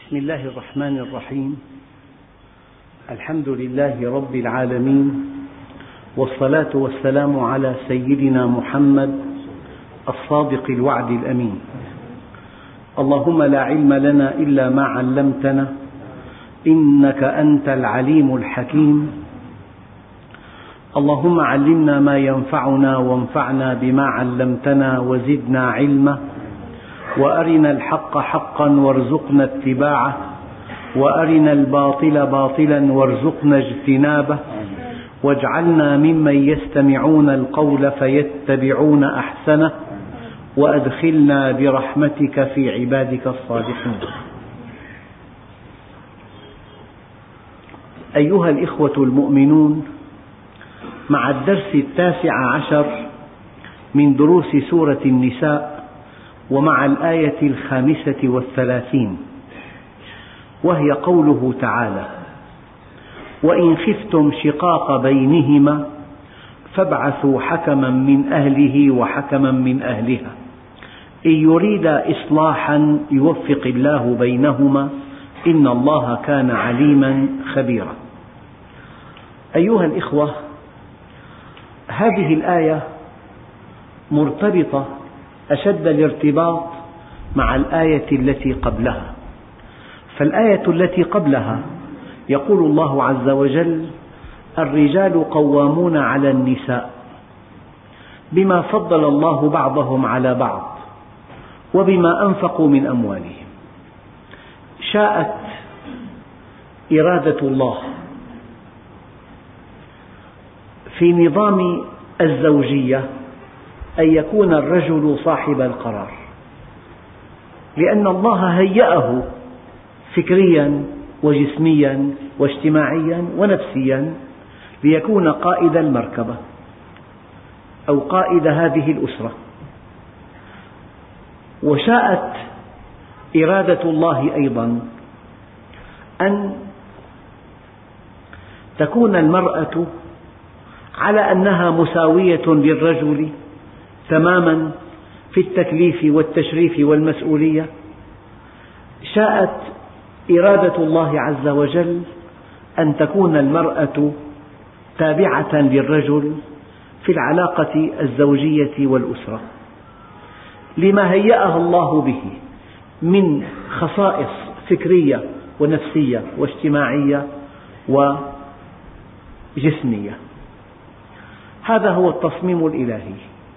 بسم الله الرحمن الرحيم. الحمد لله رب العالمين، والصلاة والسلام على سيدنا محمد الصادق الوعد الأمين. اللهم لا علم لنا إلا ما علمتنا إنك أنت العليم الحكيم. اللهم علمنا ما ينفعنا وانفعنا بما علمتنا وزدنا علما، وأرنا الحق حقا وارزقنا اتباعه، وأرنا الباطل باطلا وارزقنا اجتنابه، واجعلنا ممن يستمعون القول فيتبعون أحسنه، وأدخلنا برحمتك في عبادك الصالحين. أيها الإخوة المؤمنون، مع الدرس 19 من دروس سورة النساء، ومع الآية 35، وهي قوله تعالى: وإن خفتم شقاق بينهما فابعثوا حكما من أهله وحكما من أهلها إن يريدا إصلاحا يوفق الله بينهما إن الله كان عليما خبيرا. أيها الإخوة، هذه الآية مرتبطة أشد الارتباط مع الآية التي قبلها. فالآية التي قبلها يقول الله عز وجل: الرجال قوامون على النساء بما فضل الله بعضهم على بعض وبما أنفقوا من أموالهم. شاءت إرادة الله في نظام الزوجية أن يكون الرجل صاحب القرار، لأن الله هيأه فكريا وجسميا واجتماعيا ونفسيا ليكون قائد المركبة أو قائد هذه الأسرة. وشاءت إرادة الله أيضا أن تكون المرأة على أنها مساوية للرجل تماما في التكليف والتشريف والمسؤولية. شاءت إرادة الله عز وجل أن تكون المرأة تابعة للرجل في العلاقة الزوجية والأسرة، لما هيأها الله به من خصائص فكرية ونفسية واجتماعية وجسمية. هذا هو التصميم الإلهي.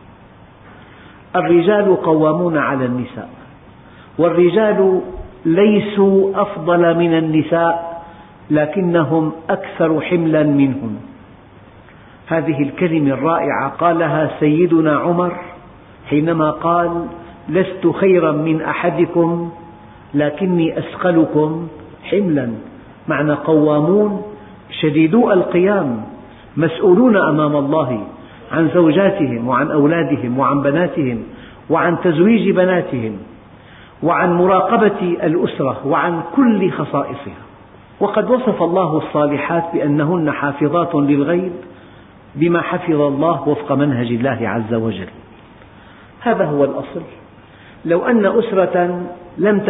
الرجال قوامون على النساء، والرجال ليسوا أفضل من النساء لكنهم أكثر حملا منهم. هذه الكلمة الرائعة قالها سيدنا عمر حينما قال: لست خيرا من أحدكم لكني أثقلكم حملا. معنى قوامون شديدو القيام، مسؤولون أمام الله عن زوجاتهم وعن أولادهم وعن بناتهم وعن تزويج بناتهم وعن مراقبة الأسرة وعن كل خصائصها. وقد وصف الله الصالحات بأنهن حافظات للغيب بما حفظ الله وفق منهج الله عز وجل. هذا هو الأصل. لو أن أسرة لم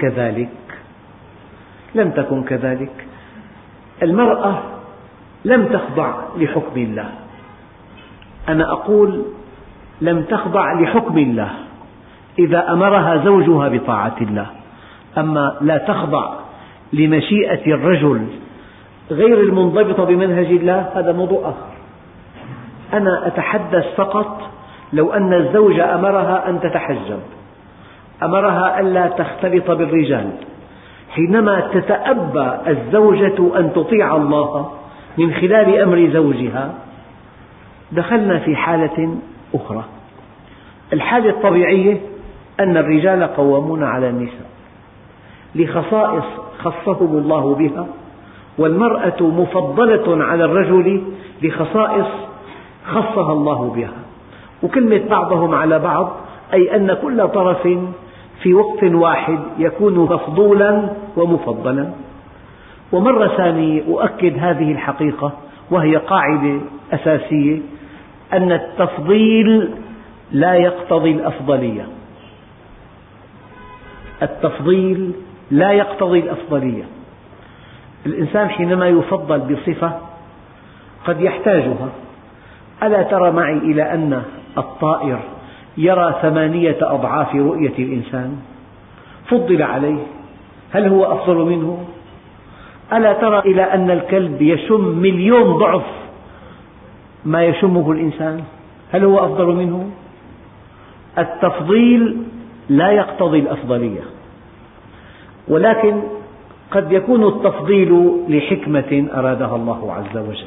تكن كذلك، المرأة لم تخضع لحكم الله. أنا أقول لم تخضع لحكم الله إذا أمرها زوجها بطاعة الله، أما لا تخضع لمشيئة الرجل غير المنضبطة بمنهج الله، هذا موضوع آخر. أنا أتحدث فقط لو أن الزوج أمرها أن تتحجب، أمرها ألا تختلط بالرجال. حينما تتأبى الزوجة أن تطيع الله من خلال أمر زوجها، دخلنا في حالة أخرى. الحالة الطبيعية أن الرجال قوامون على النساء لخصائص خصهم الله بها، والمرأة مفضلة على الرجل لخصائص خصها الله بها. وكلمة بعضهم على بعض أي أن كل طرف في وقت واحد يكون مفضولا ومفضلا. ومرة ثانية أؤكد هذه الحقيقة، وهي قاعدة أساسية: أن التفضيل لا يقتضي الأفضلية. التفضيل لا يقتضي الأفضلية. الإنسان حينما يفضل بصفة قد يحتاجها. ألا ترى معي إلى أن الطائر يرى 8 أضعاف رؤية الإنسان؟ فضل عليه، هل هو أفضل منه؟ ألا ترى إلى أن الكلب يشم 1,000,000 ضعف ما يشمه الإنسان؟ هل هو أفضل منه؟ التفضيل لا يقتضي الأفضلية، ولكن قد يكون التفضيل لحكمة أرادها الله عز وجل.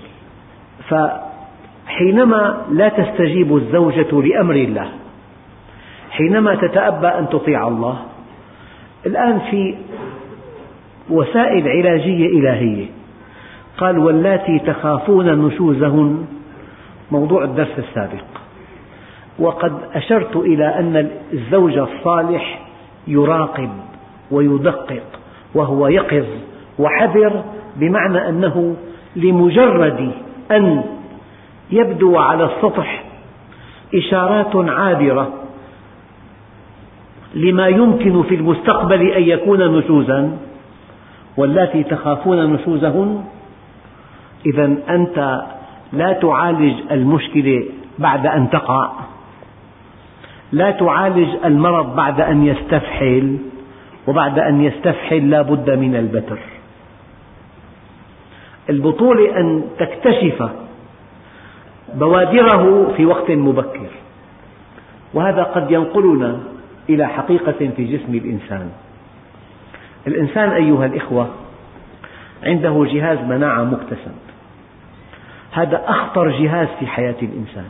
فحينما لا تستجيب الزوجة لأمر الله، حينما تتأبى أن تطيع الله، الآن في وسائل علاجية إلهية. قال: واللاتي تخافون نشوزهن، موضوع الدرس السابق. وقد أشرت إلى أن الزوج الصالح يراقب ويدقق وهو يقظ وحذر، بمعنى أنه لمجرد أن يبدو على السطح إشارات عابرة لما يمكن في المستقبل أن يكون نشوزا، واللاتي تخافون نشوزهن، إذا أنت لا تعالج المشكلة بعد أن تقع، لا تعالج المرض بعد أن يستفحل، وبعد أن يستفحل لا بد من البتر. البطولة أن تكتشف بوادره في وقت مبكر، وهذا قد ينقلنا إلى حقيقة في جسم الإنسان. الإنسان أيها الإخوة عنده جهاز مناعة مكتسب، هذا أخطر جهاز في حياة الإنسان.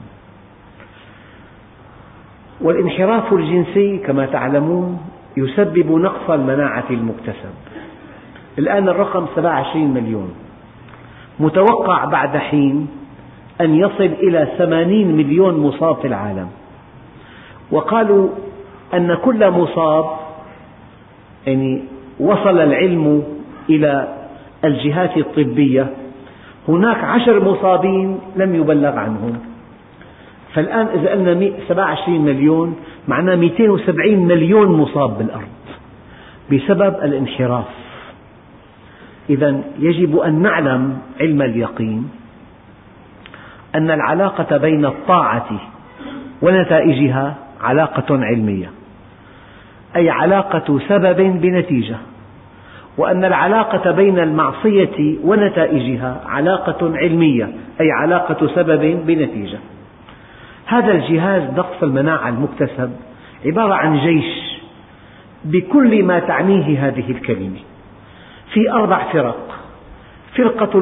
والانحراف الجنسي كما تعلمون يسبب نقص المناعة المكتسب. الآن الرقم 27 مليون، متوقع بعد حين أن يصل إلى 80 مليون مصاب في العالم. وقالوا أن كل مصاب، يعني وصل العلم إلى الجهات الطبية، هناك 10 مصابين لم يبلغ عنهم. فالآن إذا قلنا 27 مليون معناه 270 مليون مصاب بالأرض بسبب الانحراف. إذا يجب أن نعلم علم اليقين أن العلاقة بين الطاعة ونتائجها علاقة علمية، أي علاقة سبب بنتيجة، وأن العلاقة بين المعصية ونتائجها علاقة علمية، أي علاقة سبب بنتيجة. هذا الجهاز نقص المناعة المكتسب عبارة عن جيش بكل ما تعنيه هذه الكلمة، في 4 فرق. فرقة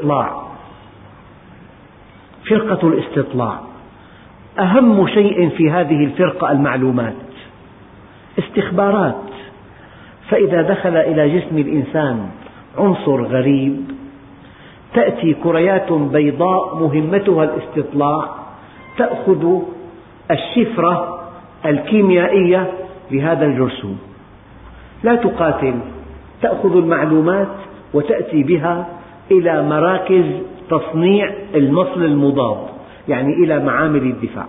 الاستطلاع، أهم شيء في هذه الفرقة المعلومات، استخبارات. فإذا دخل إلى جسم الإنسان عنصر غريب تأتي كريات بيضاء مهمتها الاستطلاع، تأخذ الشفرة الكيميائية لهذا الجرثوم، لا تقاتل، تأخذ المعلومات وتأتي بها إلى مراكز تصنيع المصل المضاد، يعني إلى معامل الدفاع.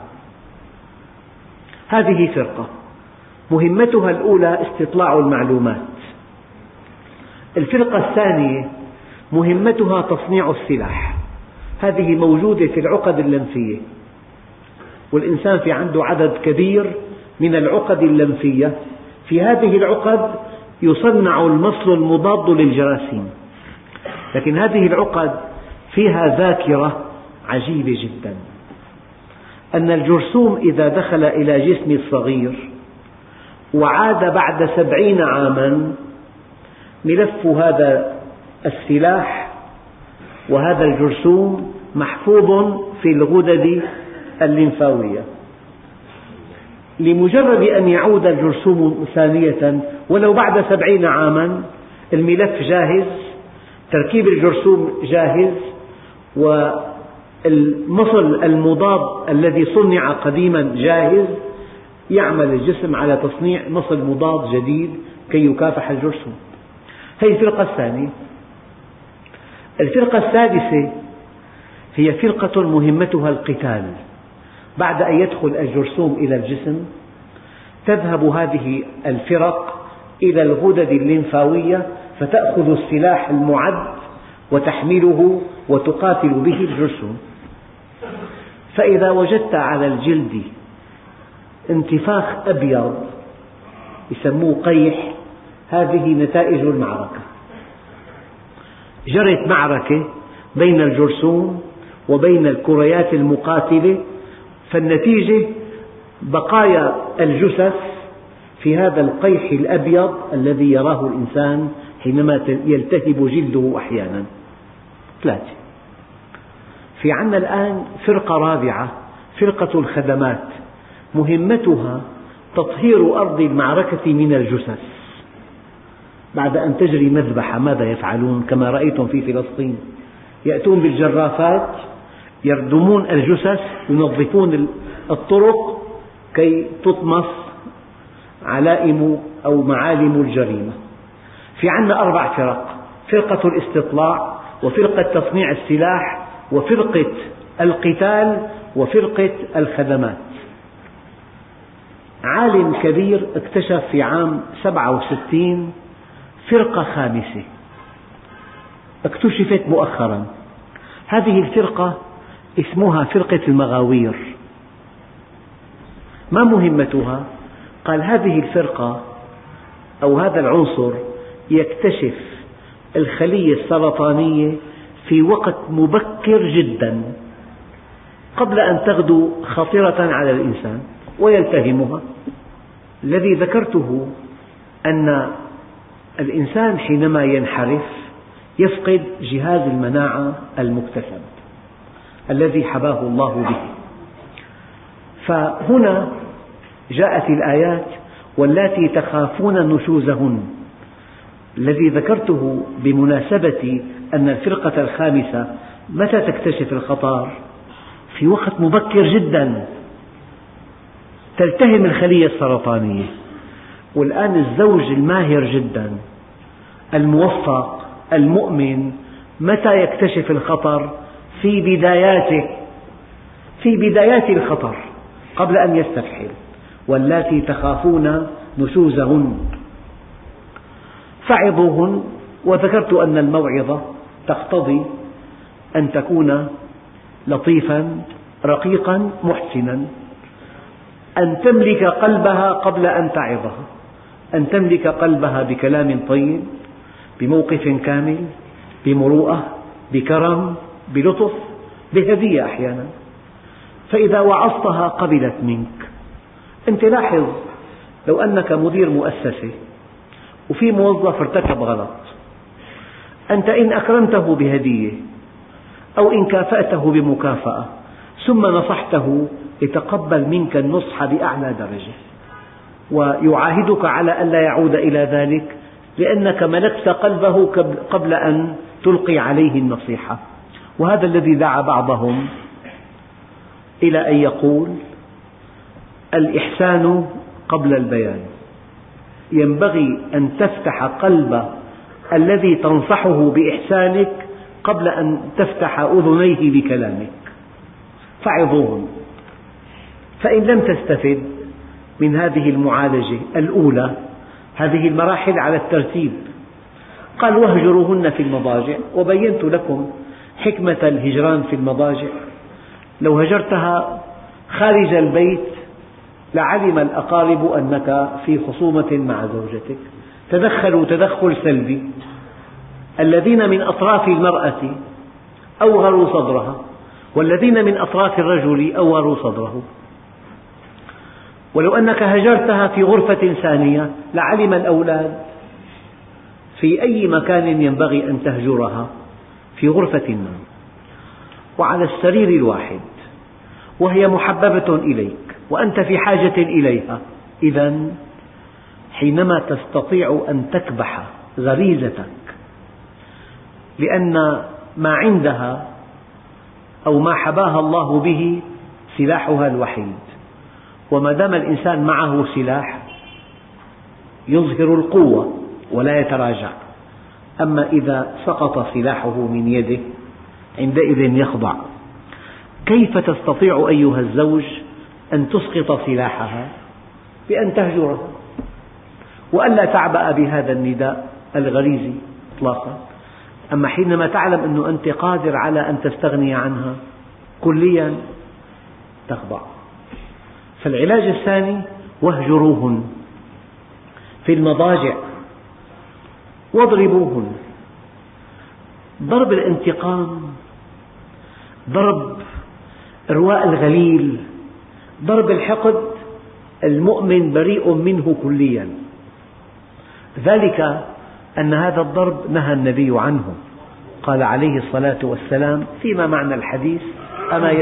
هذه فرقة مهمتها الأولى استطلاع المعلومات. الفرقة الثانية مهمتها تصنيع السلاح، هذه موجودة في العقد اللمفية، والإنسان في عنده عدد كبير من العقد اللمفية. في هذه العقد يصنع المصل المضاد للجراثيم، لكن هذه العقد فيها ذاكرة عجيبة جدا، أن الجرثوم إذا دخل إلى جسم الصغير وعاد بعد 70 عاما، ملف هذا السلاح وهذا الجرثوم محفوظ في الغدد الليمفاوية. لمجرد أن يعود الجرثوم ثانية ولو بعد 70 عاما، الملف جاهز، تركيب الجرثوم جاهز، والمصل المضاد الذي صنع قديما جاهز. يعمل الجسم على تصنيع مصل مضاد جديد كي يكافح الجرثوم. هذه الفرقة الثانية. الفرقة الثالثة هي فرقة مهمتها القتال. بعد أن يدخل الجرثوم إلى الجسم تذهب هذه الفرق إلى الغدد الليمفاوية فتأخذ السلاح المعد وتحمله وتقاتل به الجرثومة. فإذا وجدت على الجلد انتفاخ أبيض يسموه قيح، هذه نتائج المعركة. جرت معركة بين الجرثوم وبين الكريات المقاتلة، فالنتيجة بقايا الجثث في هذا القيح الأبيض الذي يراه الإنسان حينما يلتهب جلده أحيانا. 3. في عنا الآن فرقة رابعة، فرقة الخدمات، مهمتها تطهير أرض المعركة من الجثث. بعد أن تجري مذبحة ماذا يفعلون؟ كما رأيتم في فلسطين، يأتون بالجرافات يردمون الجثث، ينظفون الطرق كي تطمس علائم أو معالم الجريمة. في عنا 4 فرق: فرقة الاستطلاع، وفرقة تصنيع السلاح، وفرقة القتال، وفرقة الخدمات. عالم كبير اكتشف في عام 67 فرقة خامسة اكتشفت مؤخرا. هذه الفرقة اسمها فرقة المغاوير. ما مهمتها؟ قال هذه الفرقة أو هذا العنصر يكتشف الخلية السرطانية في وقت مبكر جدا قبل أن تغدو خطرة على الإنسان ويلتهمها. الذي ذكرته أن الإنسان حينما ينحرف يفقد جهاز المناعة المكتسب الذي حباه الله به. فهنا جاءت الآيات: واللاتي تخافون نشوزهن. الذي ذكرته بمناسبة أن الفرقة الخامسة متى تكتشف الخطر؟ في وقت مبكر جدا تلتهم الخلية السرطانية. والآن الزوج الماهر جدا الموفق المؤمن متى يكتشف الخطر؟ في بداياته، في بدايات الخطر قبل أن يستفحل. واللاتي تخافون نشوزهن فعظوهن. وذكرت أن الموعظة تقتضي أن تكون لطيفا رقيقا محسنا، أن تملك قلبها قبل أن تعظها، أن تملك قلبها بكلام طيب، بموقف كامل، بمروءة، بكرم، بلطف، بهدية أحيانا. فإذا وعظتها قبلت منك. أنت لاحظ لو أنك مدير مؤسسة وفي موظف ارتكب غلط، أنت إن أكرمته بهدية أو إن كافأته بمكافأة ثم نصحته يتقبل منك النصح بأعلى درجة ويعاهدك على ألا يعود إلى ذلك، لأنك ملكت قلبه قبل أن تلقي عليه النصيحة. وهذا الذي دعا بعضهم إلى أن يقول: الإحسان قبل البيان. ينبغي أن تفتح قلب الذي تنصحه بإحسانك قبل أن تفتح أذنيه بكلامك. فعظوهم. فإن لم تستفد من هذه المعالجة الأولى، هذه المراحل على الترتيب، قال: واهجروهن في المضاجع. وبينت لكم حكمة الهجران في المضاجع. لو هجرتها خارج البيت لعلم الأقارب أنك في خصومة مع زوجتك، تدخلوا تدخل سلبي. الذين من أطراف المرأة أوغروا صدرها، والذين من أطراف الرجل أوغروا صدره. ولو أنك هجرتها في غرفة ثانية لعلم الأولاد في أي مكان ينبغي أن تهجرها، في غرفة ما وعلى السرير الواحد، وهي محببة إليك وأنت في حاجة إليها. إذن حينما تستطيع أن تكبح غريزتك لأن ما عندها أو ما حباها الله به سلاحها الوحيد، وما دام الإنسان معه سلاح يظهر القوة ولا يتراجع. أما إذا سقط سلاحه من يده عندئذ يخضع. كيف تستطيع أيها الزوج أن تسقط سلاحها؟ بأن تهجرها. وألا تعبأ بهذا النداء الغريزي إطلاقا. أما حينما تعلم أنه أنت قادر على أن تستغني عنها كليا تخضع. فالعلاج الثاني: واهجروهن في المضاجع واضربوهن. ضرب الانتقام، ضرب إرواء الغليل، ضرب الحقد، المؤمن بريء منه كليا. ذلك أن هذا الضرب نهى النبي عنه، قال عليه الصلاة والسلام فيما معنى الحديث: أما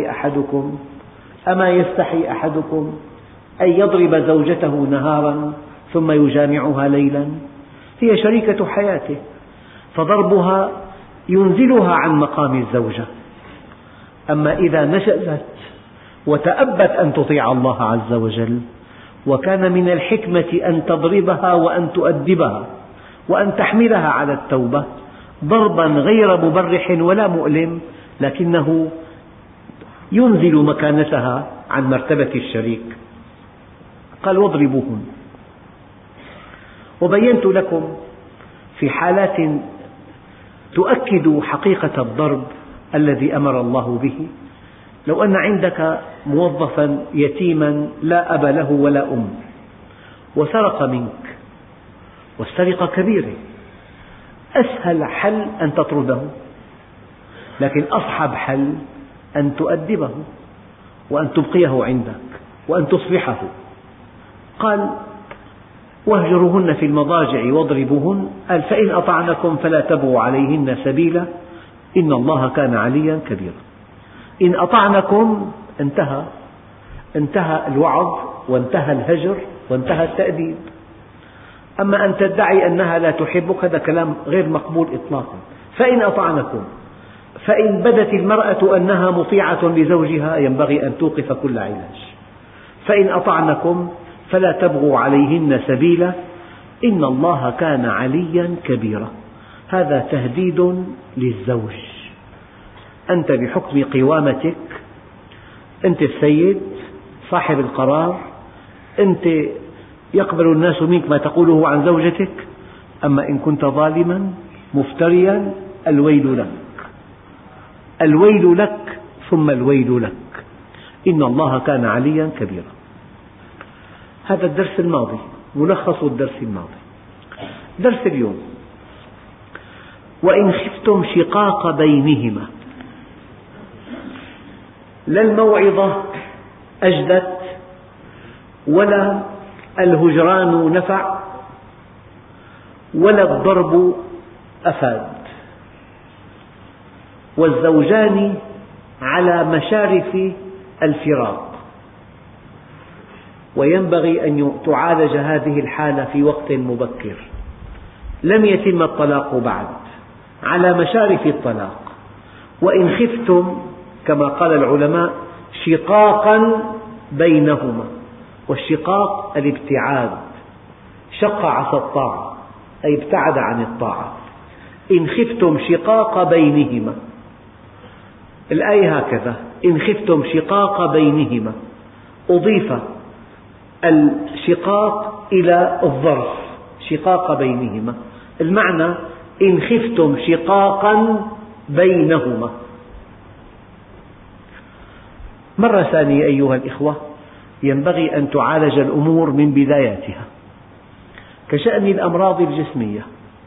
يستحي أحدكم أن يضرب زوجته نهارا ثم يجامعها ليلا؟ هي شريكة حياته، فضربها ينزلها عن مقام الزوجة. أما إذا نشزت وتأبت أن تطيع الله عز وجل، وكان من الحكمة أن تضربها وأن تؤدبها وأن تحملها على التوبة ضربا غير مبرح ولا مؤلم، لكنه ينزل مكانتها عن مرتبة الشريك. قال: واضربوهن. وبينت لكم في حالات تؤكد حقيقة الضرب الذي أمر الله به. لو أن عندك موظفا يتيما لا أب له ولا أم وسرق منك، والسرقة كبيرة، أسهل حل أن تطرده، لكن أصعب حل أن تؤدبه وأن تبقيه عندك وأن تصلحه. قال: واهجروهن في المضاجع واضربوهن. قال: فإن أطعنكم فلا تبغوا عليهن سبيلا إن الله كان عليا كبيرا. إن أطعنكم انتهى الوعظ وانتهى الهجر وانتهى التأديب. أما أن تدعي أنها لا تحبك هذا كلام غير مقبول إطلاقا. فإن أطعنكم، فإن بدت المرأة أنها مطيعة لزوجها ينبغي أن توقف كل علاج. فإن أطعنكم فلا تبغوا عليهن سبيلا إن الله كان عليا كبيرا. هذا تهديد للزوج. أنت بحكم قوامتك أنت السيد صاحب القرار، أنت يقبل الناس منك ما تقوله عن زوجتك. أما إن كنت ظالما مفتريا الويل لك، الويل لك ثم الويل لك. إن الله كان عليا كبيرا. هذا الدرس الماضي، ملخص الدرس الماضي. درس اليوم: وإن خفتم شقاق بينهما. لا الموعظة أجدت ولا الهجران نفع ولا الضرب أفاد، والزوجان على مشارف الفراق، وينبغي أن تعالج هذه الحالة في وقت مبكر. لم يتم الطلاق بعد، على مشارف الطلاق. وإن خفتم كما قال العلماء شقاقا بينهما، والشقاق الابتعاد، شق عصا الطاعة أي ابتعد عن الطاعة. إن خفتم شقاق بينهما، الآية هكذا: إن خفتم شقاق بينهما، أضيف الشقاق إلى الظرف، شقاق بينهما، المعنى إن خفتم شقاقا بينهما. مرة ثانية أيها الإخوة، ينبغي أن تعالج الأمور من بداياتها، كشأن الأمراض الجسمية.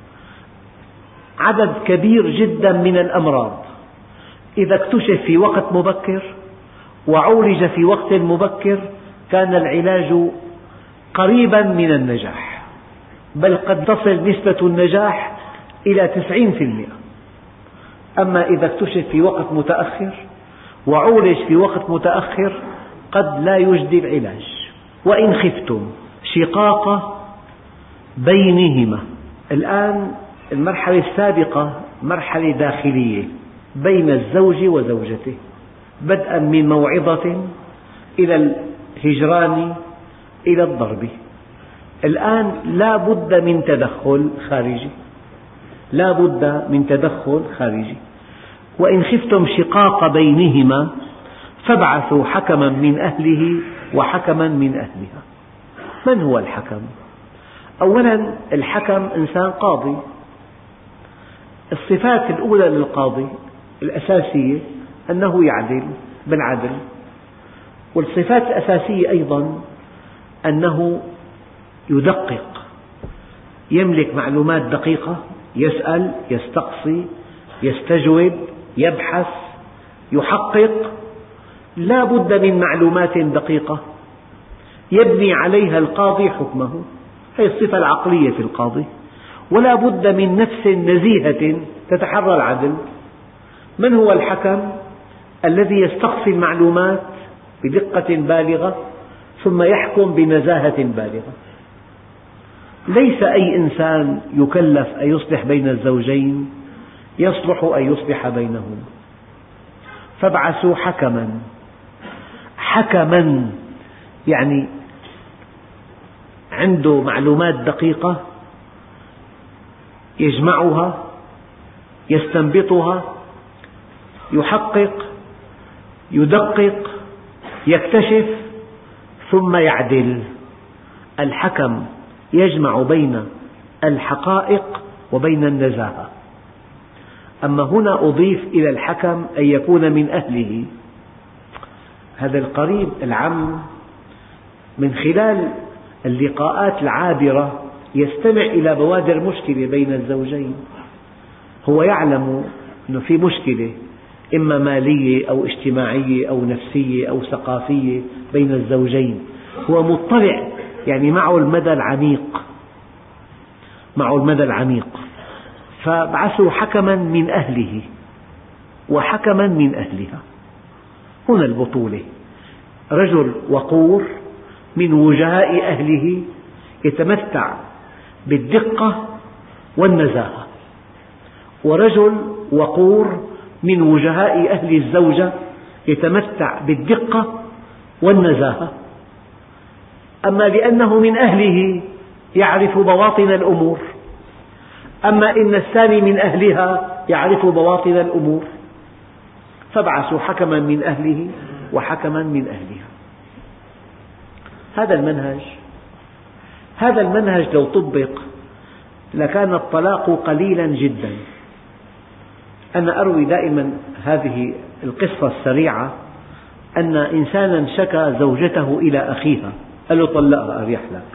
عدد كبير جدا من الأمراض إذا اكتشف في وقت مبكر وعولج في وقت مبكر كان العلاج قريبا من النجاح، بل قد تصل نسبة النجاح إلى 90%. أما إذا اكتشف في وقت متأخر وعولج في وقت متأخر قد لا يجدي العلاج. وإن خفتم شقاق بينهما. الآن المرحلة السابقة مرحلة داخلية بين الزوج وزوجته، بدءا من موعظة إلى الهجران إلى الضرب. الآن لا بد من تدخل خارجي، لا بد من تدخل خارجي. وإن خفتم شقاق بينهما فابعثوا حكما من أهله وحكما من أهلها. من هو الحكم؟ أولا الحكم إنسان قاضي. الصفات الأولى للقاضي الأساسية أنه يعدل بالعدل، والصفات الأساسية أيضا أنه يدقق، يملك معلومات دقيقة، يسأل، يستقصي، يستجوب، يبحث، يحقق. لا بد من معلومات دقيقة يبني عليها القاضي حكمه، هذه الصفة العقلية في القاضي. ولا بد من نفس نزيهة تتحرى العدل. من هو الحكم؟ الذي يستقصي المعلومات بدقة بالغة ثم يحكم بنزاهة بالغة. ليس أي إنسان يكلف أن يصلح بين الزوجين يصلح أن يصلح بينهما. فابعثوا حكما. حكما يعني عنده معلومات دقيقة يجمعها، يستنبطها، يحقق، يدقق، يكتشف، ثم يعدل. الحكم يجمع بين الحقائق وبين النزاهة. أما هنا أضيف إلى الحكم أن يكون من أهله. هذا القريب العم من خلال اللقاءات العابرة يستمع إلى بوادر مشكلة بين الزوجين. هو يعلم أنه في مشكلة إما مالية أو اجتماعية أو نفسية أو ثقافية بين الزوجين. هو مطلع، يعني معه المدى العميق. فابعثوا حكما من أهله وحكما من أهلها. هنا البطولة. رجل وقور من وجهاء أهله يتمتع بالدقة والنزاهة، ورجل وقور من وجهاء أهل الزوجة يتمتع بالدقة والنزاهة. أما لأنه من أهله يعرف بواطن الأمور، أما إن الثاني من أهلها يعرف بواطن الأمور. فابعثوا حكما من أهله وحكما من أهلها. هذا المنهج لو طبق لكان الطلاق قليلا جدا. أنا أروي دائما هذه القصة السريعة، أن إنسانا شكى زوجته إلى أخيها، قال له طلقها أريح لك.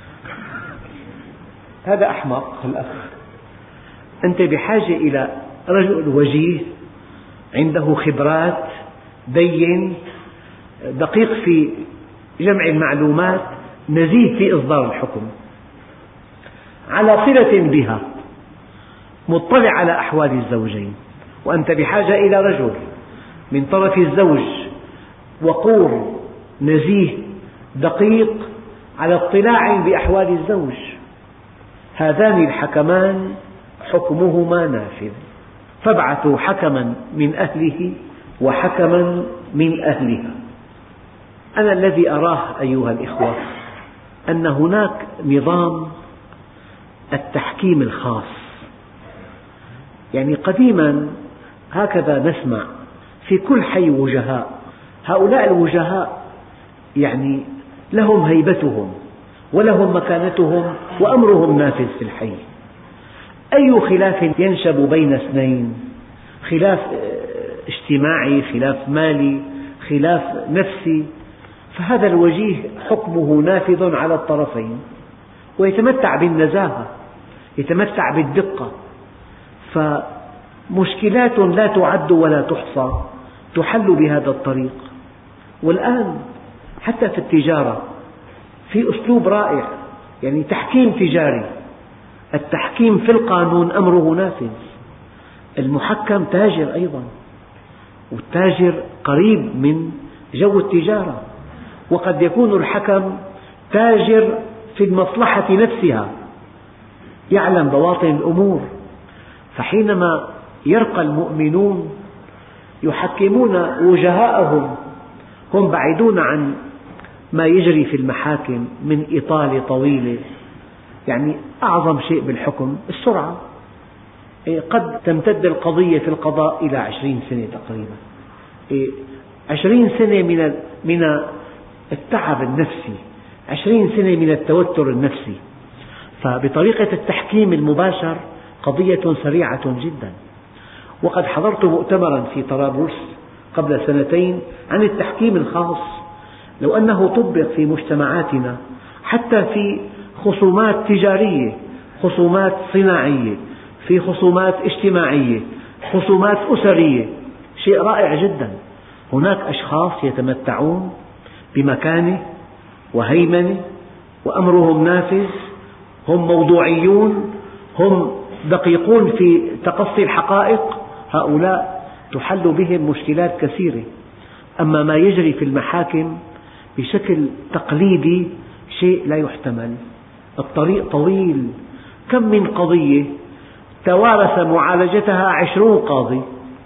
هذا أحمق الأخ. أنت بحاجة إلى رجل وجيه عنده خبرات، دين، دقيق في جمع المعلومات، نزيه في إصدار الحكم، على صلة بها، مطلع على أحوال الزوجين. وأنت بحاجة إلى رجل من طرف الزوج وقور، نزيه، دقيق، على اطلاع بأحوال الزوج. هذان الحكمان حكمهما نافذ. فابعثوا حكما من أهله وحكما من أهلها. أنا الذي أراه أيها الإخوة أن هناك نظام التحكيم الخاص. يعني قديما هكذا نسمع في كل حي وجهاء. هؤلاء الوجهاء يعني لهم هيبتهم ولهم مكانتهم وأمرهم نافذ في الحي. أي خلاف ينشب بين اثنين، خلاف اجتماعي، خلاف مالي، خلاف نفسي، فهذا الوجيه حكمه نافذ على الطرفين، ويتمتع بالنزاهة، يتمتع بالدقة. فمشكلات لا تعد ولا تحصى تحل بهذا الطريق. والآن حتى في التجارة في أسلوب رائع، يعني تحكيم تجاري. التحكيم في القانون أمره نافذ. المحكم تاجر أيضا، والتاجر قريب من جو التجارة، وقد يكون الحكم تاجر في المصلحة نفسها، يعلم بواطن الأمور. فحينما يرقى المؤمنون يحكمون وجهاءهم، هم بعيدون عن ما يجري في المحاكم من إطالة طويلة. يعني أعظم شيء بالحكم السرعة. قد تمتد القضية في القضاء إلى 20 سنة تقريبا. 20 سنة من التعب النفسي، 20 سنة من التوتر النفسي. فبطريقة التحكيم المباشر قضية سريعة جدا. وقد حضرت مؤتمرا في طرابلس قبل 2 عن التحكيم الخاص، لو أنه طبق في مجتمعاتنا حتى في خصومات تجارية، خصومات صناعية، في خصومات اجتماعية، خصومات أسرية، شيء رائع جدا. هناك أشخاص يتمتعون بمكانة وهيمنة وأمرهم نافذ، هم موضوعيون، هم دقيقون في تقصي الحقائق، هؤلاء تحل بهم مشكلات كثيرة. أما ما يجري في المحاكم بشكل تقليدي شيء لا يحتمل، الطريق طويل. كم من قضية توارث معالجتها 20 قاضي،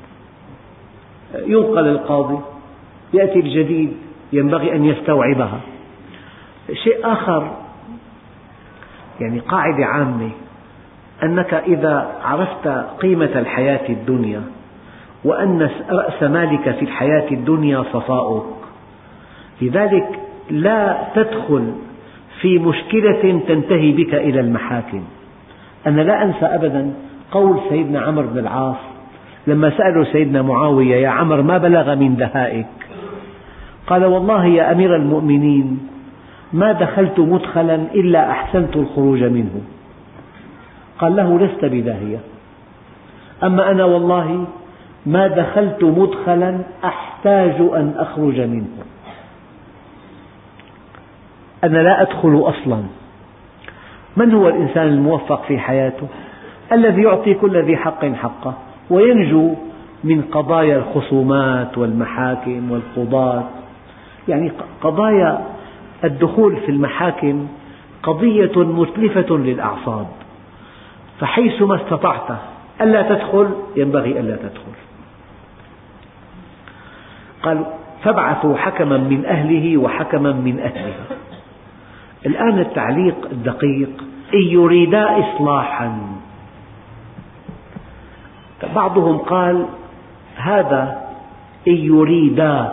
ينقل القاضي، يأتي الجديد ينبغي أن يستوعبها. شيء آخر، يعني قاعدة عامة، أنك إذا عرفت قيمة الحياة الدنيا وأن رأس مالك في الحياة الدنيا صفاؤك، لذلك لا تدخل في مشكلة تنتهي بك إلى المحاكم. أنا لا أنسى أبدا قول سيدنا عمرو بن العاص لما سأله سيدنا معاوية: يا عمرو، ما بلغ من دهائك؟ قال: والله يا أمير المؤمنين ما دخلت مدخلا إلا أحسنت الخروج منه. قال له: لست بداهية، أما أنا والله ما دخلت مدخلا أحتاج أن أخرج منه. أنا لا أدخل أصلا. من هو الإنسان الموفق في حياته؟ الذي يعطي كل ذي حق حقه وينجو من قضايا الخصومات والمحاكم والقضاة. يعني قضايا الدخول في المحاكم قضية متلفة للأعصاب، فحيثما استطعت ألا تدخل ينبغي ألا تدخل. قال: فابعثوا حكما من أهله وحكما من أهلها. الآن التعليق الدقيق: إن يريدا إصلاحا. بعضهم قال هذا إن يريدا،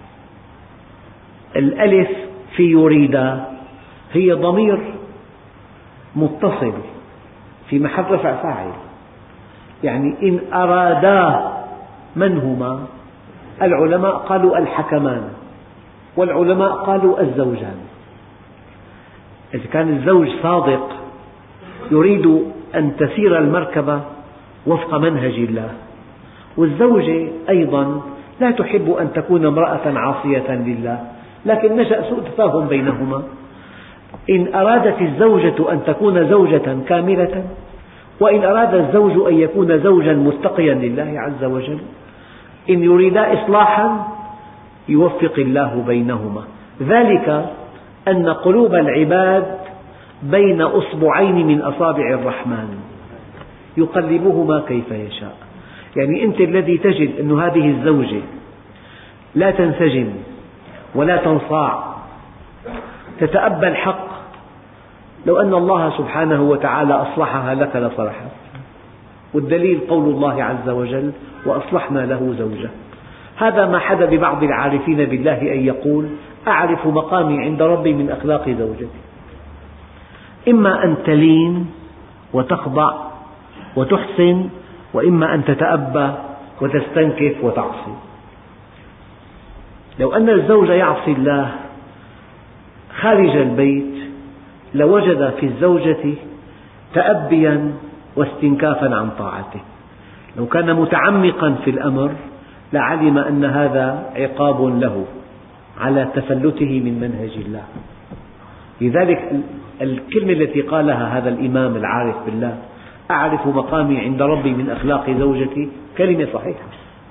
الألف في يريدا هي ضمير متصل في محل رفع فاعل، يعني إن أرادا. من هما؟ العلماء قالوا الحكمان، والعلماء قالوا الزوجان. إذا كان الزوج صادق يريد أن تسير المركبة وفق منهج الله، والزوجة أيضا لا تحب أن تكون امرأة عاصية لله، لكن نشأ سوء تفاهم بينهما. إن أرادت الزوجة أن تكون زوجة كاملة، وإن أراد الزوج أن يكون زوجا متقيا لله عز وجل، إن يريدا إصلاحا يوفق الله بينهما. ذلك أن قلوب العباد بين أصبعين من أصابع الرحمن يقلبهما كيف يشاء. يعني أنت الذي تجد أن هذه الزوجة لا تنسجم ولا تنصاع، تتأبى الحق، لو أن الله سبحانه وتعالى أصلحها لك لصلحت. والدليل قول الله عز وجل: وأصلحنا له زوجه. هذا ما حدا ببعض العارفين بالله أن يقول: أعرف مقامي عند ربي من أخلاق زوجتي. إما أن تلين وتخضع وتحسن، وإما أن تتأبى وتستنكف وتعصي. لو أن الزوج يعصي الله خارج البيت لوجد في الزوجة تأبيا واستنكافا عن طاعته. لو كان متعمقا في الأمر لعلم أن هذا عقاب له على تفلته من منهج الله. لذلك الكلمة التي قالها هذا الإمام العارف بالله: أعرف مقامي عند ربي من أخلاق زوجتي، كلمة صحيحة.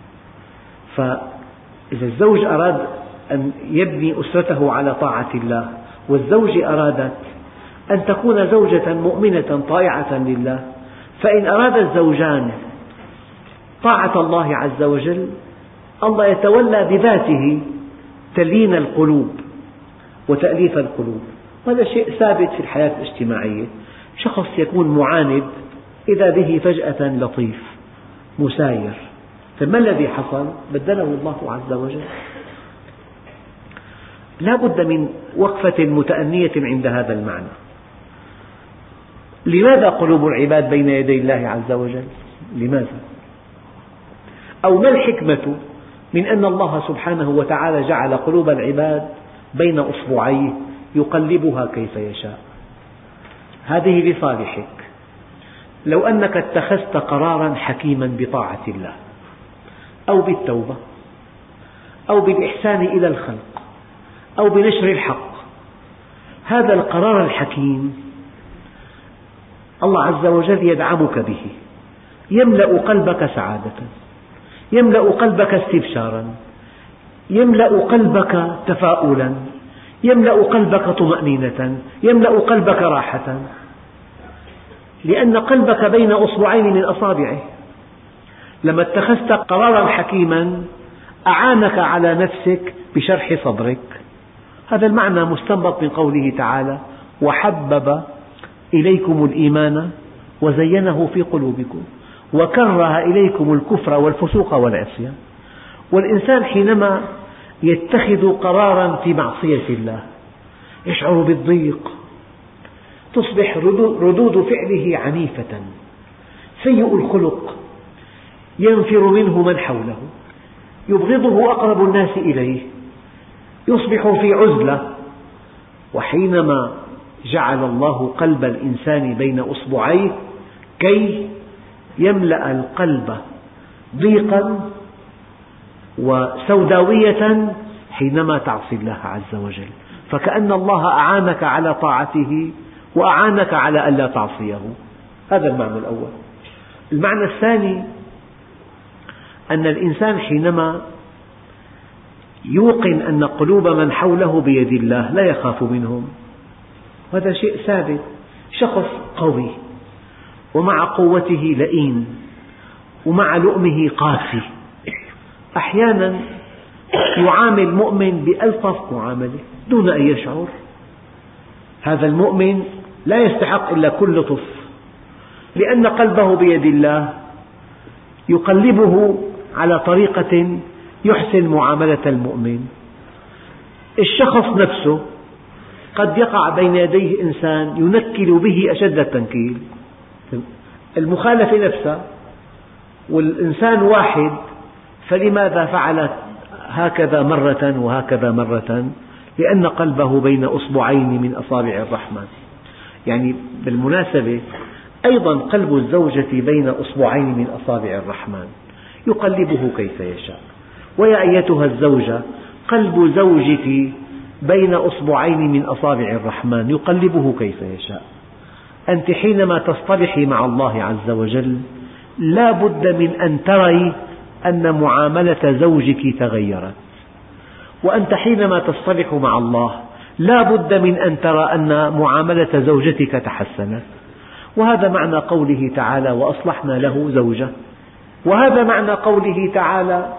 فإذا الزوج أراد أن يبني أسرته على طاعة الله، والزوجة أرادت أن تكون زوجة مؤمنة طائعة لله، فإن أراد الزوجان طاعة الله عز وجل، الله يتولى بذاته تليين القلوب وتأليف القلوب. وهذا شيء ثابت في الحياة الاجتماعية. شخص يكون معاند إذا به فجأة لطيف مساير، فما الذي حصل؟ بدله الله عز وجل. لا بد من وقفة متأنية عند هذا المعنى. لماذا قلوب العباد بين يدي الله عز وجل؟ لماذا؟ أو ما الحكمة من أن الله سبحانه وتعالى جعل قلوب العباد بين أصبعيه يقلبها كيف يشاء؟ هذه لصالحك. لو أنك اتخذت قرارا حكيما بطاعة الله أو بالتوبة أو بالإحسان إلى الخلق أو بنشر الحق، هذا القرار الحكيم الله عز وجل يدعمك به، يملأ قلبك سعادة، يملأ قلبك استبشارا، يملأ قلبك تفاؤلا، يملأ قلبك طمأنينة، يملأ قلبك راحة، لأن قلبك بين أصبعين من أصابعه. لما اتخذت قرارا حكيما أعانك على نفسك بشرح صدرك. هذا المعنى مستنبط من قوله تعالى: وحبب إليكم الإيمان وزينه في قلوبكم وكره إليكم الكفر والفسوق والعصيان. والإنسان حينما يتخذ قرارا في معصية الله يشعر بالضيق، تصبح ردود فعله عنيفة، سيء الخلق، ينفر منه من حوله، يبغضه أقرب الناس إليه، يصبح في عزلة. وحينما جعل الله قلب الإنسان بين أصبعيه كي يملأ القلب ضيقا وسوداوية حينما تعصي الله عز وجل، فكأن الله أعانك على طاعته وأعانك على ألا تعصيه. هذا المعنى الأول. المعنى الثاني أن الإنسان حينما يوقن أن قلوب من حوله بيد الله لا يخاف منهم، هذا شيء ثابت. شخص قوي ومع قوته لئيم ومع لؤمه قاسي، أحيانا يعامل مؤمن بألطف معاملة دون أن يشعر. هذا المؤمن لا يستحق إلا كل لطف، لأن قلبه بيد الله يقلبه على طريقة يحسن معاملة المؤمن. الشخص نفسه قد يقع بين يديه إنسان ينكل به أشد التنكيل، المخالفة نفسها، والإنسان واحد، فلماذا فعل هكذا مرة وهكذا مرة؟ لأن قلبه بين أصبعين من أصابع الرحمن. يعني بالمناسبة أيضا قلب الزوجة بين أصبعين من أصابع الرحمن يقلبه كيف يشاء. ويا أيتها الزوجة قلب زوجك بين أصبعين من أصابع الرحمن يقلبه كيف يشاء. أنت حينما تصطلحي مع الله عز وجل لا بد من أن تري أن معاملة زوجك تغيرت، وأنت حينما تصطلح مع الله لا بد من أن ترى أن معاملة زوجتك تحسنت. وهذا معنى قوله تعالى: وأصلحنا له زوجه. وهذا معنى قوله تعالى: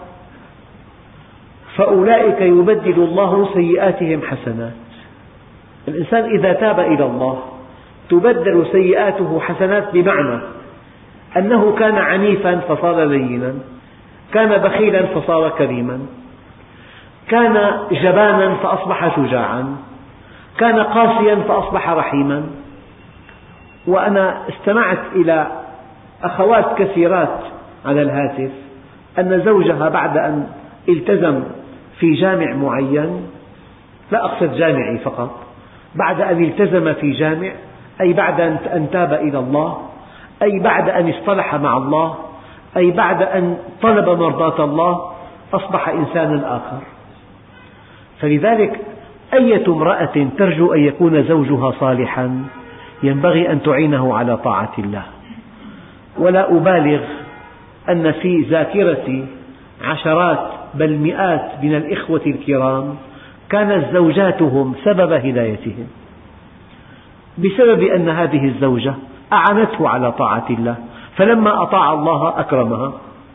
فأولئك يبدل الله سيئاتهم حسنات. الإنسان إذا تاب إلى الله تبدل سيئاته حسنات، بمعنى أنه كان عنيفا فصار لينا، كان بخيلا فصار كريما، كان جبانا فأصبح شجاعا، كان قاسيا فأصبح رحيما. وأنا استمعت إلى أخوات كثيرات على الهاتف أن زوجها بعد أن التزم في جامع معين، لا أقصد جامعي فقط، بعد أن التزم في جامع، أي بعد أن تاب إلى الله، أي بعد أن اصطلح مع الله، أي بعد أن طلب مرضاة الله، أصبح إنسانا آخر. فلذلك أية امرأة ترجو أن يكون زوجها صالحا ينبغي أن تعينه على طاعة الله. ولا أبالغ أن في ذاكرتي عشرات بل مئات من الإخوة الكرام كانت زوجاتهم سبب هدايتهم، بسبب أن هذه الزوجة أعانته على طاعة الله، فلما أطاع الله أكرمها.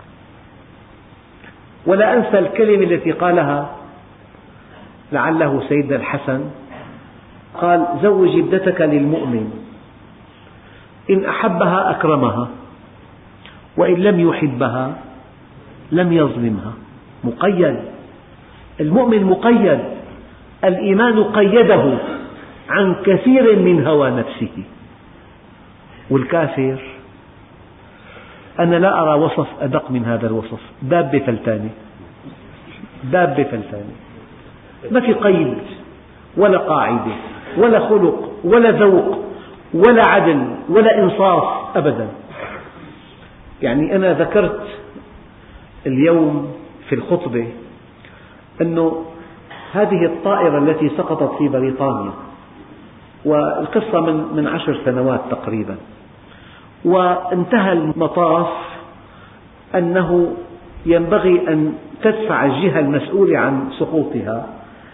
ولا أنسى الكلمة التي قالها لعله سيدنا الحسن، قال: زوج ابنتك للمؤمن إن أحبها أكرمها وإن لم يحبها لم يظلمها. مقيد، المؤمن مقيد، الإيمان قيده عن كثير من هوى نفسه. والكافر أنا لا أرى وصف أدق من هذا الوصف. دابة فلتانة، دابة فلتانة، ما في قيد ولا قاعدة ولا خلق ولا ذوق ولا عدل ولا إنصاف أبدا. يعني أنا ذكرت اليوم في الخطبة أنه هذه الطائرة التي سقطت في بريطانيا، والقصة من 10 سنوات تقريبا، وانتهى المطاف أنه ينبغي أن تدفع الجهة المسؤولة عن سقوطها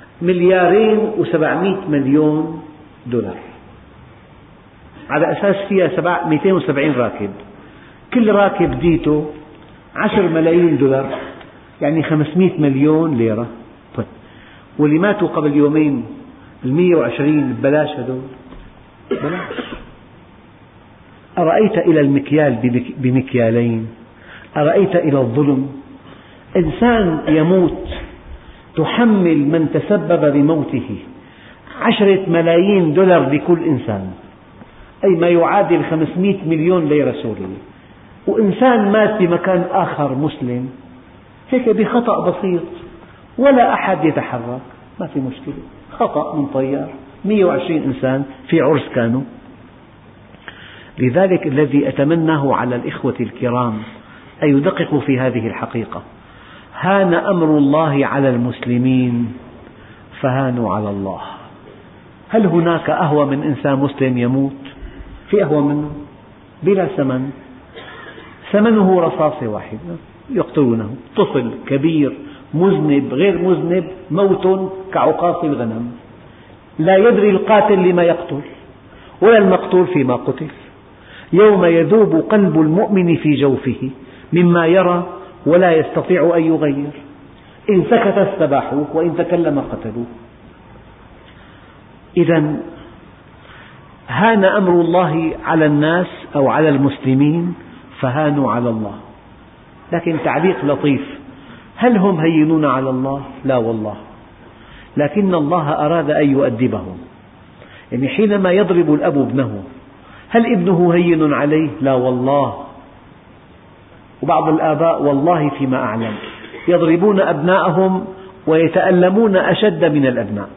$2,700,000,000 على أساس فيها 270 راكب، كل راكب ديته $10,000,000، يعني 500 مليون ليرة. واللي ماتوا قبل يومين 120 ببلاش، هذول ببلاش. أرأيت إلى المكيال بمكيالين؟ أرأيت إلى الظلم؟ إنسان يموت تحمل من تسبب بموته $10,000,000,000 لكل إنسان، أي ما يعادل 500 مليون ليرة سورية. وإنسان مات بمكان آخر مسلم هيك بخطأ بسيط ولا أحد يتحرك، ما في مشكلة، خطأ من طيار، 120 إنسان في عرس كانوا. لذلك الذي أتمناه على الإخوة الكرام أن يدققوا في هذه الحقيقة: هان أمر الله على المسلمين فهانوا على الله. هل هناك أهوى من إنسان مسلم يموت؟ في أهوى منه بلا ثمن، ثمنه رصاصة واحدة يقتلونه، طفل كبير مذنب غير مذنب، موت كعقاص الغنم، لا يدري القاتل لما يقتل ولا المقتول فيما قتل. يوم يذوب قلب المؤمن في جوفه مما يرى ولا يستطيع أن يغير، إن سكت استباحوه وإن تكلم قتلوه. إذا هان أمر الله على الناس أو على المسلمين فهانوا على الله. لكن تعليق لطيف: هل هم هينون على الله؟ لا والله، لكن الله أراد أن يؤدبهم. يعني حينما يضرب الأب ابنه، هل ابنه هين عليه؟ لا والله. وبعض الآباء والله فيما أعلم يضربون أبناءهم ويتألمون أشد من الأبناء.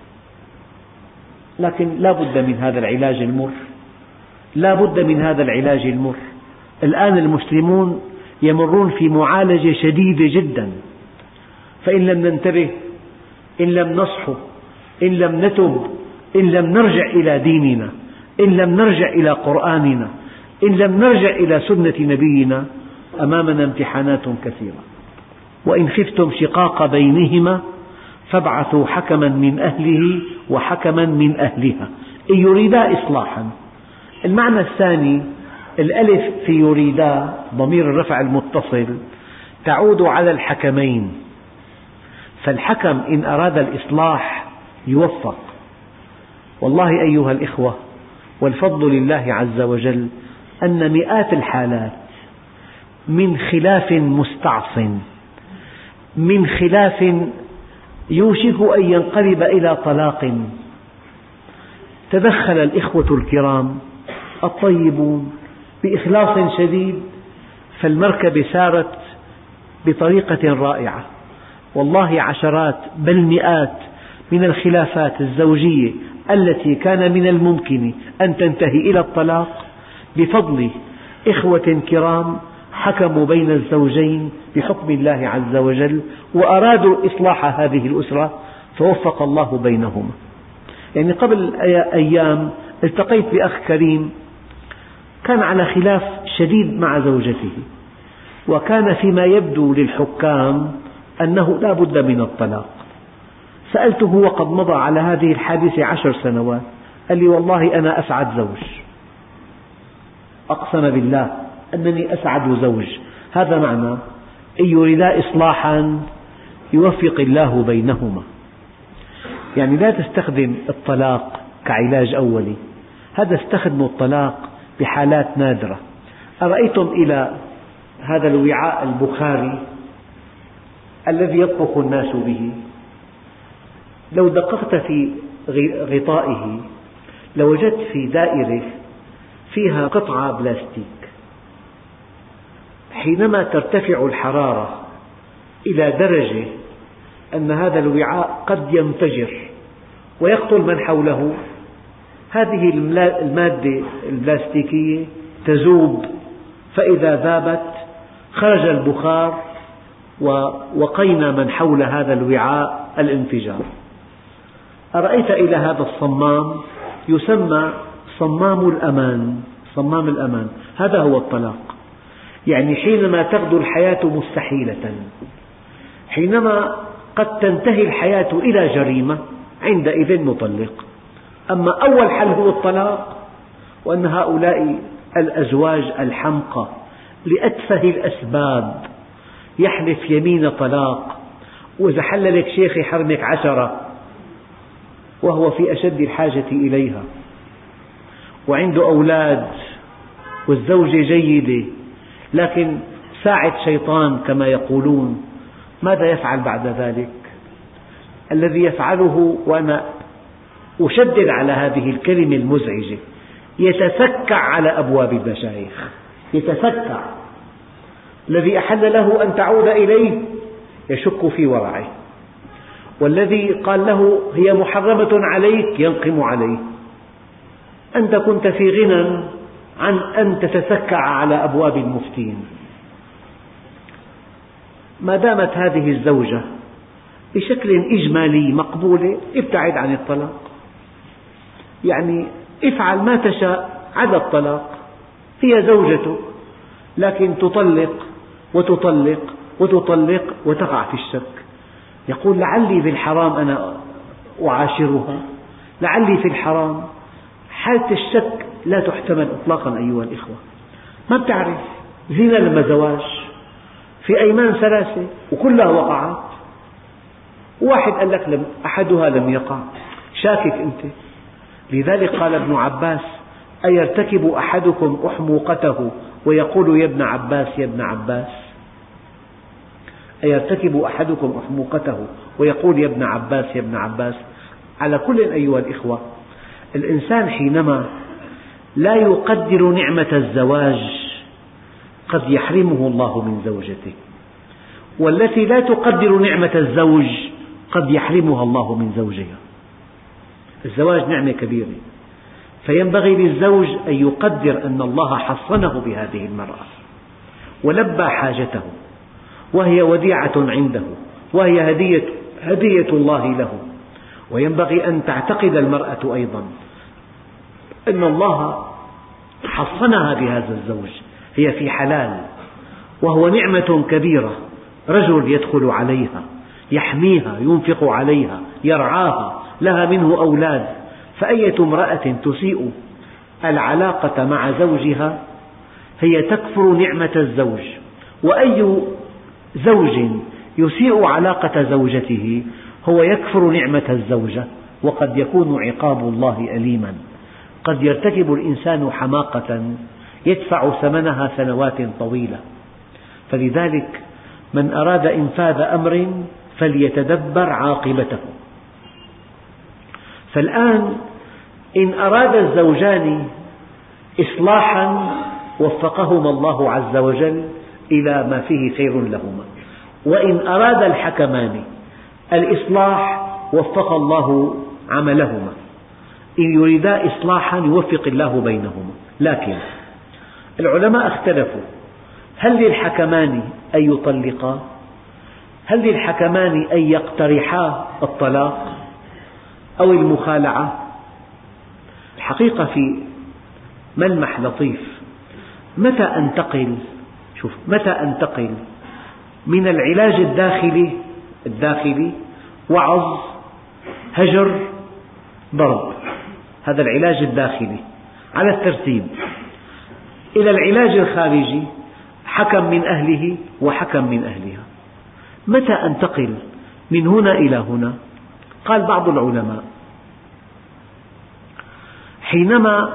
لكن لا بد من هذا العلاج المر، لا بد من هذا العلاج المر. الآن المسلمون يمرون في معالجة شديدة جدا، فإن لم ننتبه، إن لم نصحو، إن لم نتب، إن لم نرجع إلى ديننا، إن لم نرجع إلى قرآننا، إن لم نرجع إلى سنة نبينا، أمامنا امتحانات كثيرة. وإن خفتم شقاق بينهما فابعثوا حكما من أهله وحكما من أهلها إن يريدا إصلاحا. المعنى الثاني، الألف في يريدا ضمير الرفع المتصل تعود على الحكمين، فالحكم إن أراد الإصلاح يوفق. والله أيها الإخوة، والفضل لله عز وجل أن مئات الحالات من خلاف مستعصٍ، من خلاف يوشك أن ينقلب إلى طلاق، تدخل الإخوة الكرام الطيبون بإخلاص شديد، فالمركبة سارت بطريقة رائعة. والله عشرات بل مئات من الخلافات الزوجية التي كان من الممكن أن تنتهي إلى الطلاق بفضل إخوة كرام حكموا بين الزوجين بحكم الله عز وجل وأرادوا إصلاح هذه الأسرة فوفق الله بينهما. يعني قبل أيام التقيت بأخ كريم كان على خلاف شديد مع زوجته، وكان فيما يبدو للحكام أنه لا بد من الطلاق. سألته وقد مضى على هذه الحادثة 10 سنوات، قال لي: والله أنا أسعد زوج، أقسم بالله أنني أسعد زوج. هذا معنى إن يريدا إصلاحا يوفق الله بينهما. يعني لا تستخدم الطلاق كعلاج أولي، هذا استخدموا الطلاق بحالات نادرة. أرأيتم إلى هذا الوعاء البخاري الذي يطبخ الناس به، لو دققت في غطائه لوجدت في دائرة فيها قطعة بلاستيك، حينما ترتفع الحرارة إلى درجة أن هذا الوعاء قد ينفجر ويقتل من حوله، هذه المادة البلاستيكية تذوب، فإذا ذابت خرج البخار ووقينا من حول هذا الوعاء الانفجار. أرأيت إلى هذا الصمام يسمى صمام الأمان. صمام الأمان هذا هو الطلاق. يعني حينما تغدو الحياة مستحيلة، حينما قد تنتهي الحياة إلى جريمة، عندئذ نطلق. أما أول حل هو الطلاق، وأن هؤلاء الأزواج الحمقى لأتفه الأسباب يحلف يمين طلاق، وإذا حل لك شيخ يحرمك 10 وهو في أشد الحاجة إليها، وعنده أولاد والزوجة جيدة، لكن ساعة شيطان كما يقولون. ماذا يفعل بعد ذلك؟ الذي يفعله، وأنا أشدد على هذه الكلمة المزعجة، يتسكع على أبواب المشايخ. يتسكع. الذي أحل له أن تعود إليه يشك في ورعه، والذي قال له هي محرمة عليك ينقم عليه. أنت كنت في غنى عن أن تتسكع على أبواب المفتين. ما دامت هذه الزوجة بشكل إجمالي مقبولة، ابتعد عن الطلاق. يعني افعل ما تشاء عدا الطلاق. هي زوجتك، لكن تطلق وتطلق وتطلق وتقع في الشك. يقول لعلي بالحرام أنا أعاشرها، لعلي في الحرام. حالة الشك لا تحتمل إطلاقا أيها الإخوة. ما بتعرف، زنا لما زواج في أيمان 3 وكلها وقعت، واحد قال لك أحدها لم يقع، شاكك أنت. لذلك قال ابن عباس: أيرتكب أحدكم أحموقته ويقول يا ابن عباس يا ابن عباس؟ أيرتكب أحدكم أحموقته ويقول يا ابن عباس يا ابن عباس؟ على كل أيها الإخوة، الإنسان حينما لا يقدر نعمة الزواج قد يحرمه الله من زوجته، والتي لا تقدر نعمة الزوج قد يحرمها الله من زوجها. الزواج نعمة كبيرة، فينبغي للزوج أن يقدر أن الله حصنه بهذه المرأة ولبى حاجته، وهي وديعة عنده، وهي هدية الله له. وينبغي أن تعتقد المرأة أيضا أن الله حصنها بهذا الزوج، هي في حلال، وهو نعمة كبيرة. رجل يدخل عليها، يحميها، ينفق عليها، يرعاها، لها منه أولاد. فأية امرأة تسيء العلاقة مع زوجها هي تكفر نعمة الزوج، وأي زوج يسيء علاقة زوجته هو يكفر نعمة الزوجة، وقد يكون عقاب الله أليما. قد يرتكب الإنسان حماقة يدفع ثمنها سنوات طويلة. فلذلك من أراد إنفاذ أمر فليتدبر عاقبته. فالآن إن أراد الزوجان إصلاحا وفقهما الله عز وجل إلى ما فيه خير لهما، وإن أراد الحكمان الإصلاح وفق الله عملهما. إن يريدا إصلاحا يوفق الله بينهما. لكن العلماء اختلفوا: هل للحكمان أن يطلقا؟ هل للحكمان أن يقترحا الطلاق أو المخالعة؟ الحقيقة في ملمح لطيف. متى أنتقل من العلاج الداخلي وعظ، هجر، ضرب، هذا العلاج الداخلي على الترتيب، إلى العلاج الخارجي، حكم من أهله وحكم من أهلها. متى أنتقل من هنا إلى هنا؟ قال بعض العلماء: حينما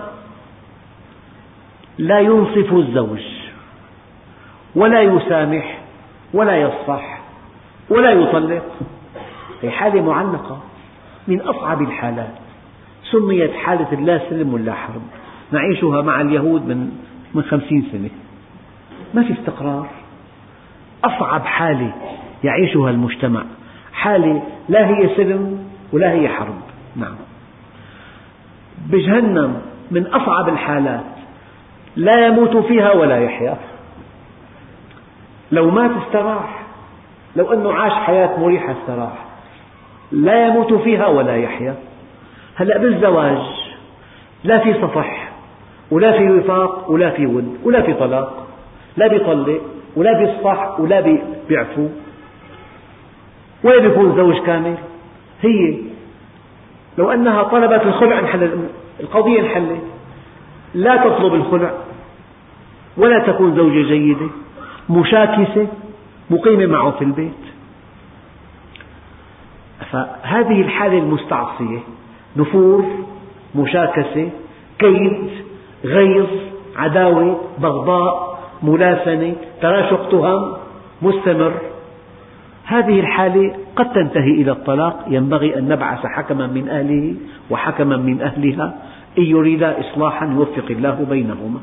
لا ينصف الزوج ولا يسامح ولا يصفح ولا يطلق، هي حالة معلقة من أصعب الحالات، سميت حالة اللا سلم ولا حرب. نعيشها مع اليهود من 50 سنة. ما في استقرار. أصعب حالة يعيشها المجتمع حالة لا هي سلم ولا هي حرب. نعم، بجهنم من أصعب الحالات، لا يموت فيها ولا يحيا. لو مات استراح، لو أنه عاش حياة مريحة استراح. لا يموت فيها ولا يحيا. هلأ بالزواج لا في صفح ولا في وفاق ولا في ود ولا في طلاق، لا بيطلق ولا بيصفح ولا بيعفو. وين يكون زوج كامل؟ هي لو أنها طلبت الخلع القضية انحلت. لا تطلب الخلع ولا تكون زوجة جيدة، مشاكسة، مقيمة معه في البيت. فهذه الحالة المستعصية، نفور، مشاكسة، كيد، غيظ، عداوة، بغضاء، ملاسنة، تراشق تهم مستمر، هذه الحالة قد تنتهي إلى الطلاق. ينبغي أن نبعث حكما من أهله وحكما من أهلها إن يريدا إصلاحا يوفق الله بينهما.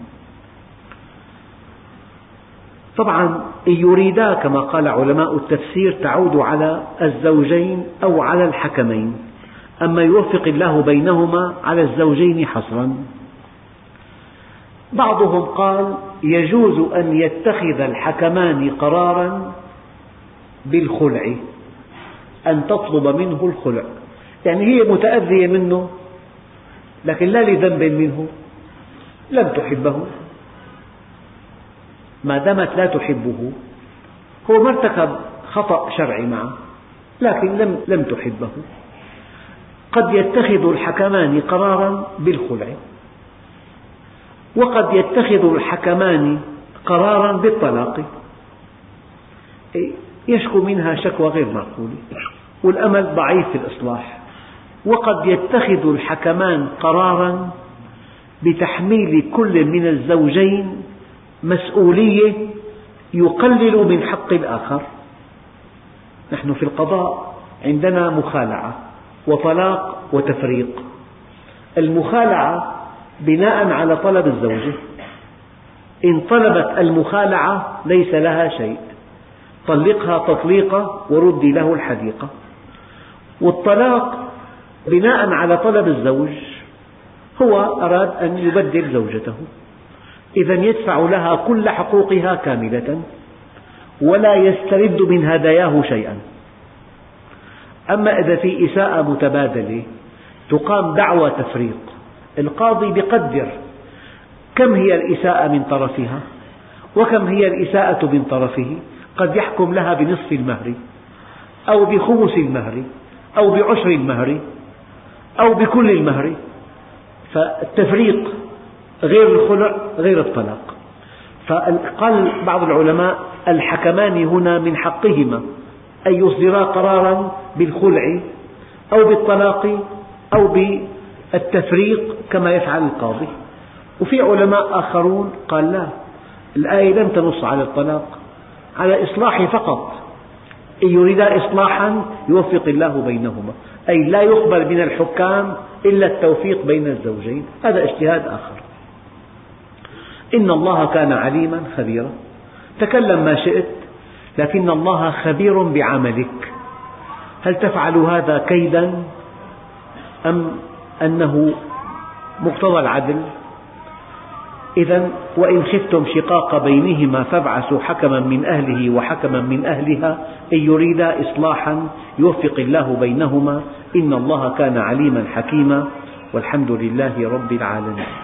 طبعا إن يريدا كما قال علماء التفسير تعود على الزوجين أو على الحكمين، أما يوفق الله بينهما على الزوجين حصرا. بعضهم قال يجوز أن يتخذ الحكمان قرارا بالخلع، أن تطلب منه الخلع، يعني هي متأذية منه لكن لا لذنب منه، لم تحبه. ما دامت لا تحبه، هو ما ارتكب خطأ شرعي معه لكن لم تحبه. قد يتخذ الحكمان قرارا بالخلع، وقد يتخذ الحكمان قرارا بالطلاق، يشكو منها شكوى غير معقولة والأمل ضعيف في الإصلاح. وقد يتخذ الحكمان قرارا بتحميل كل من الزوجين مسؤولية يقلل من حق الآخر. نحن في القضاء عندنا مخالعة وطلاق وتفريق. المخالعة بناء على طلب الزوجة، إن طلبت المخالعة ليس لها شيء، طلقها تطليقة وردي له الحديقة. والطلاق بناء على طلب الزوج، هو أراد أن يبدل زوجته، إذا يدفع لها كل حقوقها كاملة ولا يسترد من هداياه شيئا. أما إذا في إساءة متبادلة تقام دعوى تفريق، القاضي يقدر كم هي الإساءة من طرفها وكم هي الإساءة من طرفه، قد يحكم لها بنصف المهر أو بخمس المهر أو بعشر المهر أو بكل المهر. فالتفريق غير الخلع غير الطلاق. فقال بعض العلماء الحكمان هنا من حقهما أن يصدرا قرارا بالخلع أو بالطلاق أو بالتفريق كما يفعل القاضي. وفي علماء آخرون قال لا، الآية لم تنص على الطلاق، على إصلاح فقط. إن يريدا إصلاحا يوفق الله بينهما، أي لا يقبل من الحكام إلا التوفيق بين الزوجين. هذا اجتهاد آخر. إن الله كان عليما خبيرا. تكلم ما شئت، لكن الله خبير بعملك. هل تفعل هذا كيدا أم أنه مقتضى العدل؟ إذا وإن خفتم شقاق بينهما فابعثوا حكما من أهله وحكما من أهلها إن يريدا إصلاحا يوفق الله بينهما إن الله كان عليما حكيما والحمد لله رب العالمين.